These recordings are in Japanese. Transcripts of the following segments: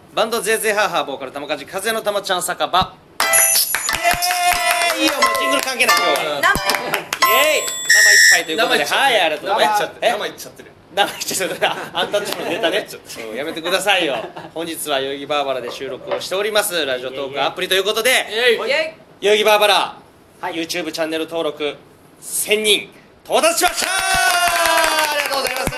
バンドゼーゼーハーハーボーカル玉梶風の玉ちゃん酒場。いいよ、もうジングル関係ない今日は。イエーイ、生いっぱいということで、はい、ありがとうございます。 生いっちゃってる。 生いっちゃってる。アンタッチャブルネタね。やめてくださいよ。本日は代々木バーバラで収録をしております。ラジオトークアプリということで、代々木バーバラ、YouTube チャンネル登録1000人到達しました。ありがとうございます。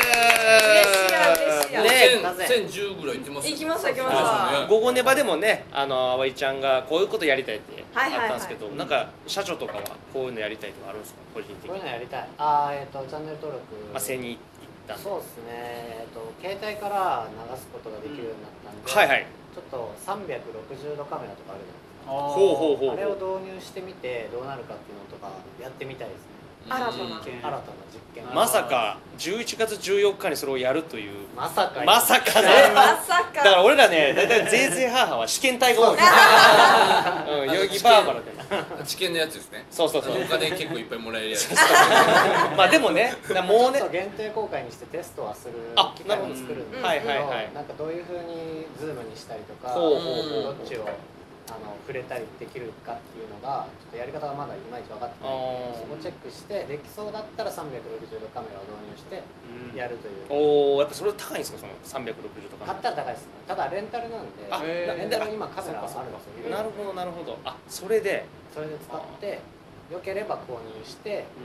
1010ぐらいいってます。 行きました行きました。 午後ネバでもね、葵ちゃんがこういうことやりたいってあったんですけど、なんか社長とかはこういうのやりたいとかあるんですか、個人的に。 こういうのやりたい。チャンネル登録。 1000人いったんで。 そうですね。携帯から流すことができるようになったんで、 はいはい。 ちょっと360度カメラとかあるじゃないですか。 ほうほうほう。 あれを導入してみてどうなるかっていうのとかやってみたいですね。 新たな実験。 まさか11月14日にそれをやるという。 まさかね。 まさか。 だから俺らね、だいたいゼーゼーハーハーは試験体が多い。代々木バーバラで。 知見のやつですね。 そうそうそう。 お金結構いっぱいもらえるやつ。 まあでもね、もうね。 限定公開にしてテストはする機会を作るんですけど、なんかどういう風にズームにしたりとか、どっちを触れたりできるかっていうのがちょっとやり方がまだいまいち分かってないので、そこチェックしてできそうだったら360度カメラを導入してやるという。 おお、やっぱそれ高いんですか、その360度カメラ。 買ったら高いですね。ただレンタルなんで、レンタル今カメラあるんですよ。 なるほどなるほど。あ、それで使って良ければ購入して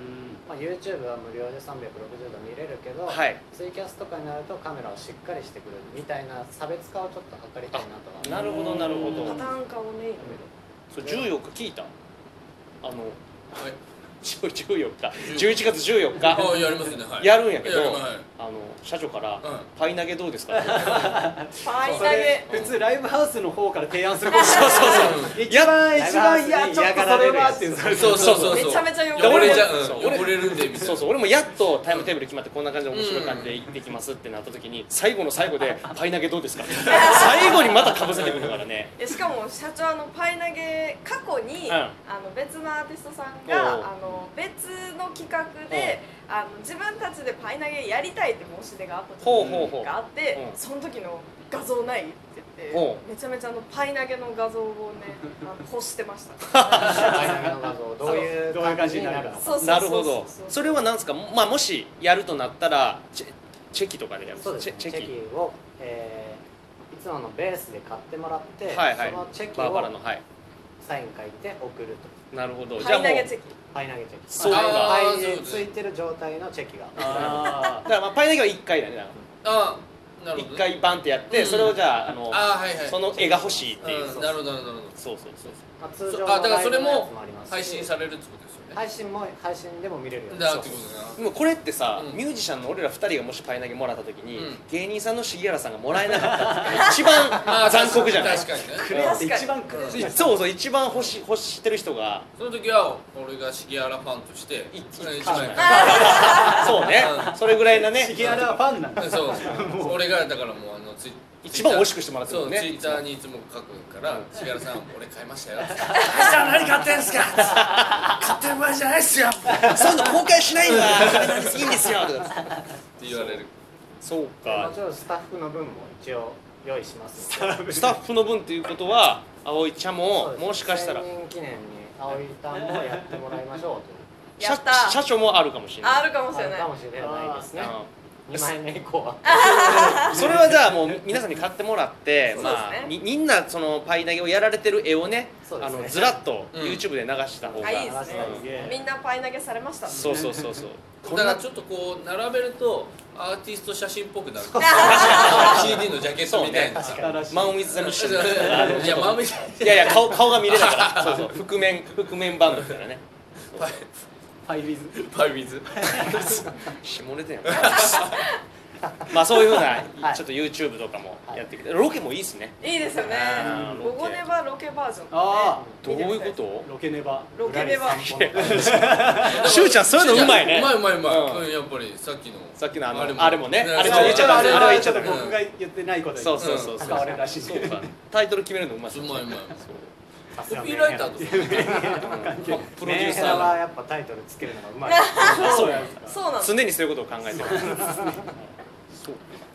、YouTube は無料で360度見れるけど、ツイキャスとかになるとカメラをしっかりしてくるみたいな差別化をちょっと図りたいなとか。 なるほどなるほど。 パターン化をね。 それ14日聞いた？14日、11月14日やりますね。 やるんやけど、社長からパイ投げどうですか？ パイ投げ。 普通ライブハウスの方から提案すること。 そうそうそう。 一番いやちょっとそれはっていう。 そうそうそう。 めちゃめちゃ汚れる。 汚れるんでみたいな。 そうそう。俺もやっとタイムテーブル決まってこんな感じで面白い感じで行ってきますってなった時に最後の最後でパイ投げどうですか？最後にまた被せてくるからね。 しかも社長パイ投げ過去に別のアーティストさんが別の企画で自分たちでパイ投げやりたいって申し出があった時があって、その時の画像ないって言ってめちゃめちゃパイ投げの画像をね欲してました。 パイ投げの画像どういう感じになるのか。 なるほど。それは何ですか？まあもしやるとなったらチェキとかでやる。 そうですね。チェキをいつものベースで買ってもらって、そのチェキをサイン書いて送ると。 なるほど。 パイ投げチェキ。 パイ投げチェキ。 そうか。 パイでついてる状態のチェキが。 だからパイ投げは1回だね。1回バンってやってそれをじゃあその絵が欲しいっていう。 なるほどなるほど。 そうそうそう。 通常だからそれも配信されるってことですよね。 配信でも見れるよ。 でもこれってさ、ミュージシャンの俺ら2人がもしパイ投げもらった時に芸人さんの杉原さんがもらえなかったって一番残酷じゃない？ 確かにね。 一番苦しい。 そうそう、一番欲してる人がその時は俺が杉原ファンとして一番そうね、それぐらいなね。 杉原はファンなんだ。 そう俺がだからもう一番美味しくしてもらってるね。 ツイッターにいつも書くから「杉原さん俺買いましたよ」って「あいさん何買ってんすか?」買ってる場合じゃないっすよ」 そういうの公開しないんだ、いいんですよって言われる。 そうか。 もちろんスタッフの分も一応用意しますので。 スタッフの分っていうことは葵ちゃんももしかしたら 1000人記念に葵ちゃんもやってもらいましょうという。 やった。 社長もあるかもしれない。 あるかもしれない。 かもしれないですね。2枚目以降はそれはじゃあもう皆さんに買ってもらってみんなそのパイ投げをやられてる絵をねずらっと YouTube で流した方がいいですね。みんなパイ投げされました。 そうそうそうそう。 だからちょっとこう並べるとアーティスト写真っぽくなる。CD のジャケットみたいな。 マン・ウィズ・ザ・ミッション。 いやマンウィズ。 いやいや顔が見れないから。そうそう。覆面バンドみたいなね。 パイウィズ。 パイウィズ。 下ネタやん。まあそういうふうなちょっと YouTube とかもやってきて、ロケもいいですね。 いいですよね。午後ネバロケバージョン。 どういうこと？ ロケネバ。 ロケネバ。 しゅうちゃんそういうのうまいね。 うまい。やっぱりさっきのあれもね。あれは言っちゃダメ。あれは言っちゃダメ。 僕が言ってないこと。 そう。 使われるらしい。 タイトル決めるのうまい。 うまい。コピーライターとかプロデューサーはやっぱタイトルつけるのがうまい。 そうなん。 常にそういうことを考えてる。そう。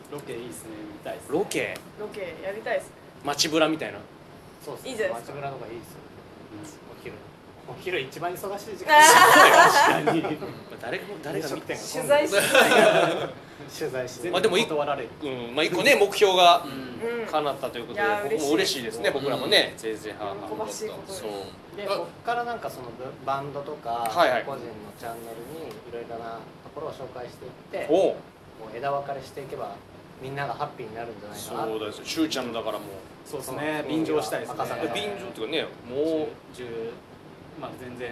ロケいいっすね、見たいっすね。 ロケロケやりたいですね。 街ブラみたいな。 そうっすね。 いいじゃないですか街ブラの方がいいっすよ。お昼一番忙しい時間。 確かに。 誰が見てん取材して取材して。 まあでも断られる。 まあ一個ね目標がうん叶ったということでいや僕も嬉しいですね。僕らもねぜいぜいは喜ばしいことです。 そうで、こっからなんかそのバンドとか、 はいはい個人のチャンネルにいろいろなところを紹介していって、 おもう枝分かれしていけばみんながハッピーになるんじゃないかな。 そうですよ。しゅうちゃんのだからもうそうですね。便乗したいですね。 赤坂便乗っていうかねもう 10、まあ全然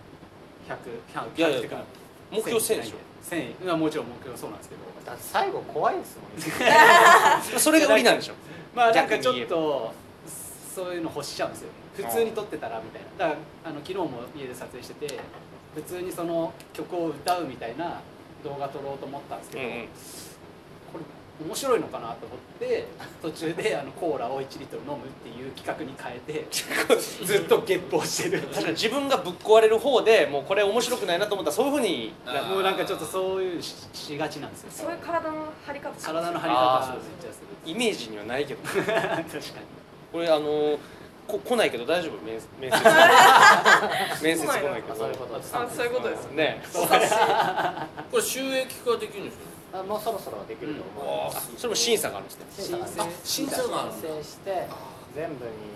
100 いやいやっていうか目標1000でしょ。 1000はもちろん目標そうなんですけど、 だって最後怖いですもんね。 それが売りなんでしょ。 まあなんかちょっ逆に言えばとそういうの欲しちゃうんですよ。普通に撮ってたらみたいな。だから昨日も家で撮影してて、普通にその曲を歌うみたいな動画撮ろうと思ったんですけど、これ面白いのかなと思って途中でコーラを1リットル飲むっていう企画に変えてずっとゲップをしてる。 確かに自分がぶっ壊れる方でもうこれ面白くないなと思ったらそういうふうにもうなんかちょっとそういうしがちなんですよ。 そういう体の張り方します体の張りあー方めっちゃする。 イメージにはないけど確かに。 これ来ないけど大丈夫面接面接来ないけどそういうことです。 あ、そういうことですねおかしい。 これ収益化できるんでしょ。 もうそろそろできると思います。 それも審査があるんですね審査がね審査があるんだ申請して全部に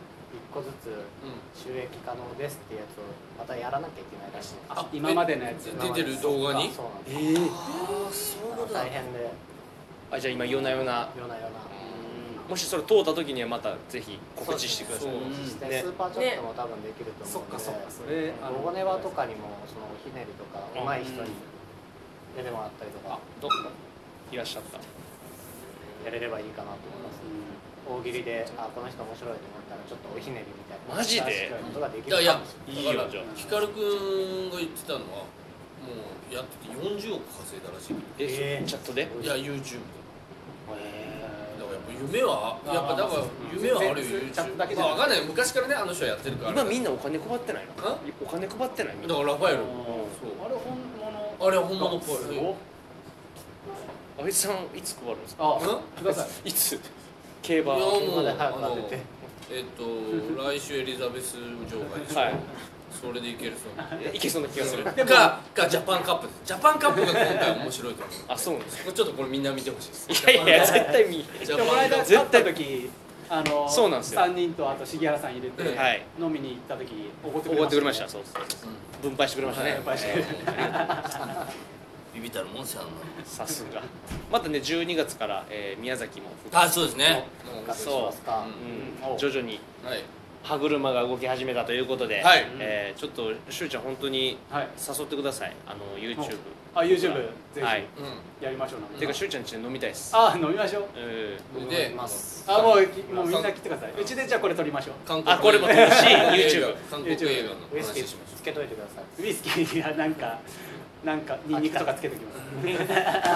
1個ずつ収益可能ですっていうやつをまたやらなきゃいけないらしいんです。 今までのやつ出てる動画に。 そうなんです。 ああそういうことだ。 大変でじゃあ今夜な夜な夜な夜なもしそれ通った時にはまたぜひ告知してください。 告知してねスーパーチャットも多分できるとそっ思うんで、 かそっか、それロゴネバとかにもそのおひねりとか上手い人に出てもらったりとかどいらっしゃった。 やれればいいかなと思います。大喜利でこの人面白いと思ったらちょっとおひねりみたいなマジでことができいやいやるかもしれない。 いいよじゃあ光くんが言ってたのはもうやってて40億稼いだらしい。 チャットでいや YouTube で。だからやっぱ夢はやっぱだから夢はあるよ YouTube。 チャットだけじゃないまあわかんない昔からねあの人はやってるから。 今みんなお金配ってないのあお金配ってないだからラファエル。そう。 あれ本物。 あれは本物っぽい。 すごっ。 あいつさんいつ配るんですかあ、 うんください。 いつ競馬いやもうまで早く当てて来週エリザベス女王がはいそれでいけるそういけそうな気がするかジャパンカップですジャパンカップが今回面白いと思うあそうなんですちょっとこれみんな見てほしいですいやいや絶対見ジでもこのャパンカップ間会った時そうなんですよ 3人とあと重原さん入れてはい飲みに行った時おごっておごってくれましたねそう分配してくれましたね分配してくれビビたるもんしゃんさすがまたね12月から宮崎もあそうですね復活しますか。 うん徐々にはい歯車が動き始めたということではいちょっとしゅうちゃん本当にはい。 誘ってくださいYouTube あ、YouTube ぜはいひやりましょうな。 てかしゅうちゃんちで飲みたいですあ、飲みましょう。 うん僕もやります。 あ、もうみんな来てください。うちでじゃあこれ撮りましょう。 韓あこれも撮るし YouTube 韓国映画のウイスキー話しましつけといてください。 ウイスキーやなんかニンニクとかつけときます。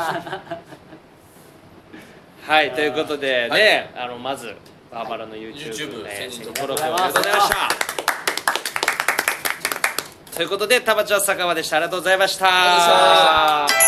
はいということではねまずバーバラの YouTube YouTube ね 1000人登録ありがとうございましたということで田畑坂場でしたありがとうございました